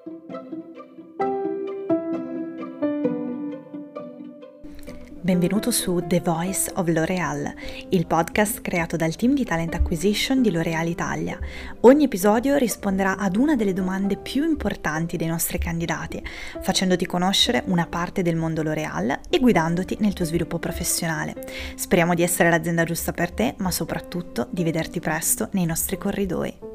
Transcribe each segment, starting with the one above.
Benvenuto su The Voice of L'Oréal, il podcast creato dal team di Talent Acquisition di L'Oréal Italia. Ogni episodio risponderà ad una delle domande più importanti dei nostri candidati, facendoti conoscere una parte del mondo L'Oréal e guidandoti nel tuo sviluppo professionale. Speriamo di essere l'azienda giusta per te, ma soprattutto di vederti presto nei nostri corridoi.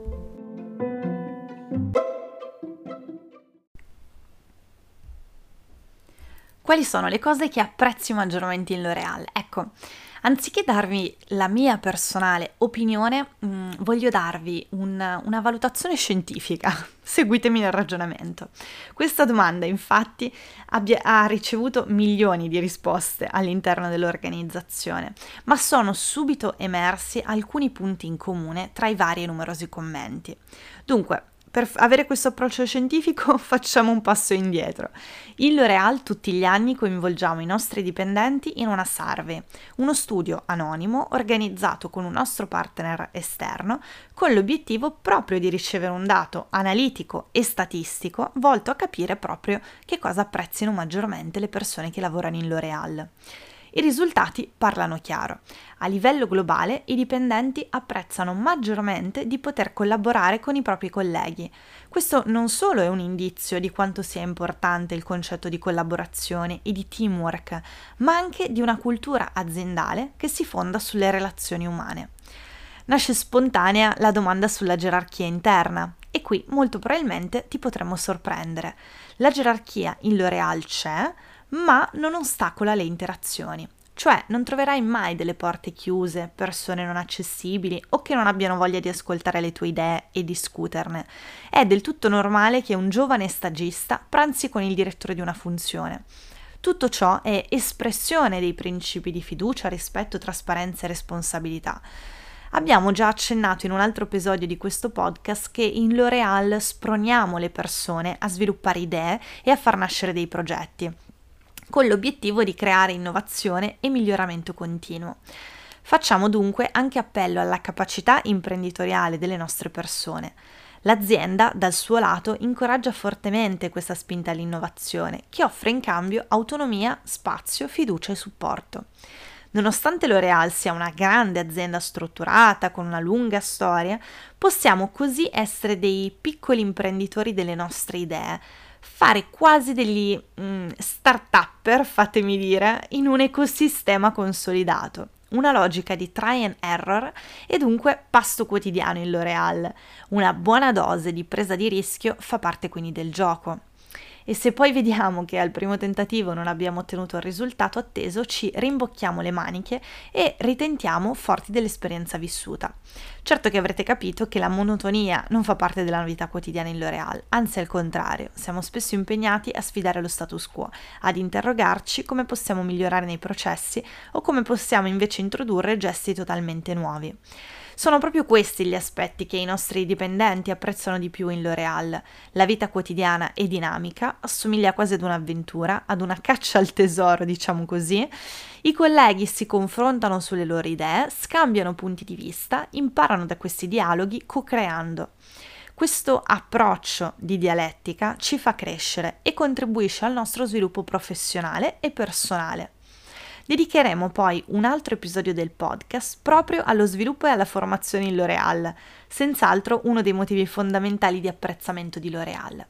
Quali sono le cose che apprezzi maggiormente in L'Oréal? Ecco, anziché darvi la mia personale opinione, voglio darvi una valutazione scientifica. Seguitemi nel ragionamento. Questa domanda, infatti, ha ricevuto milioni di risposte all'interno dell'organizzazione, ma sono subito emersi alcuni punti in comune tra i vari e numerosi commenti. Dunque, per avere questo approccio scientifico facciamo un passo indietro. In L'Oréal tutti gli anni coinvolgiamo i nostri dipendenti in una survey, uno studio anonimo organizzato con un nostro partner esterno con l'obiettivo proprio di ricevere un dato analitico e statistico volto a capire proprio che cosa apprezzino maggiormente le persone che lavorano in L'Oréal. I risultati parlano chiaro. A livello globale i dipendenti apprezzano maggiormente di poter collaborare con i propri colleghi. Questo non solo è un indizio di quanto sia importante il concetto di collaborazione e di teamwork, ma anche di una cultura aziendale che si fonda sulle relazioni umane. Nasce spontanea la domanda sulla gerarchia interna e qui molto probabilmente ti potremmo sorprendere. La gerarchia in L'Oréal c'è, ma non ostacola le interazioni, cioè non troverai mai delle porte chiuse, persone non accessibili o che non abbiano voglia di ascoltare le tue idee e discuterne. È del tutto normale che un giovane stagista pranzi con il direttore di una funzione. Tutto ciò è espressione dei principi di fiducia, rispetto, trasparenza e responsabilità. Abbiamo già accennato in un altro episodio di questo podcast che in L'Oréal sproniamo le persone a sviluppare idee e a far nascere dei progetti, con l'obiettivo di creare innovazione e miglioramento continuo. Facciamo dunque anche appello alla capacità imprenditoriale delle nostre persone. L'azienda, dal suo lato, incoraggia fortemente questa spinta all'innovazione, che offre in cambio autonomia, spazio, fiducia e supporto. Nonostante L'Oréal sia una grande azienda strutturata, con una lunga storia, possiamo così essere dei piccoli imprenditori delle nostre idee, fare quasi degli start-upper, fatemi dire, in un ecosistema consolidato. Una logica di try and error e dunque pasto quotidiano in L'Oréal. Una buona dose di presa di rischio fa parte quindi del gioco. E se poi vediamo che al primo tentativo non abbiamo ottenuto il risultato atteso, ci rimbocchiamo le maniche e ritentiamo forti dell'esperienza vissuta. Certo che avrete capito che la monotonia non fa parte della vita quotidiana in L'Oréal, anzi al contrario, siamo spesso impegnati a sfidare lo status quo, ad interrogarci come possiamo migliorare nei processi o come possiamo invece introdurre gesti totalmente nuovi. Sono proprio questi gli aspetti che i nostri dipendenti apprezzano di più in L'Oréal. La vita quotidiana è dinamica, assomiglia quasi ad un'avventura, ad una caccia al tesoro, diciamo così. I colleghi si confrontano sulle loro idee, scambiano punti di vista, imparano da questi dialoghi co-creando. Questo approccio di dialettica ci fa crescere e contribuisce al nostro sviluppo professionale e personale. Dedicheremo poi un altro episodio del podcast proprio allo sviluppo e alla formazione in L'Oréal, senz'altro uno dei motivi fondamentali di apprezzamento di L'Oréal.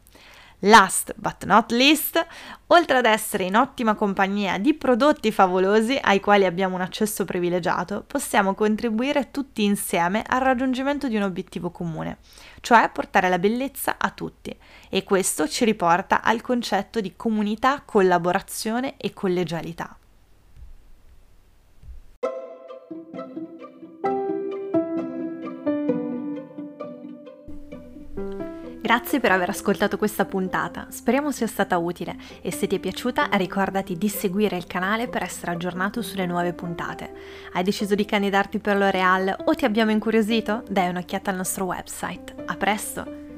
Last but not least, oltre ad essere in ottima compagnia di prodotti favolosi ai quali abbiamo un accesso privilegiato, possiamo contribuire tutti insieme al raggiungimento di un obiettivo comune, cioè portare la bellezza a tutti. E questo ci riporta al concetto di comunità, collaborazione e collegialità. Grazie per aver ascoltato questa puntata, speriamo sia stata utile e se ti è piaciuta ricordati di seguire il canale per essere aggiornato sulle nuove puntate. Hai deciso di candidarti per L'Oréal o ti abbiamo incuriosito? Dai un'occhiata al nostro website. A presto!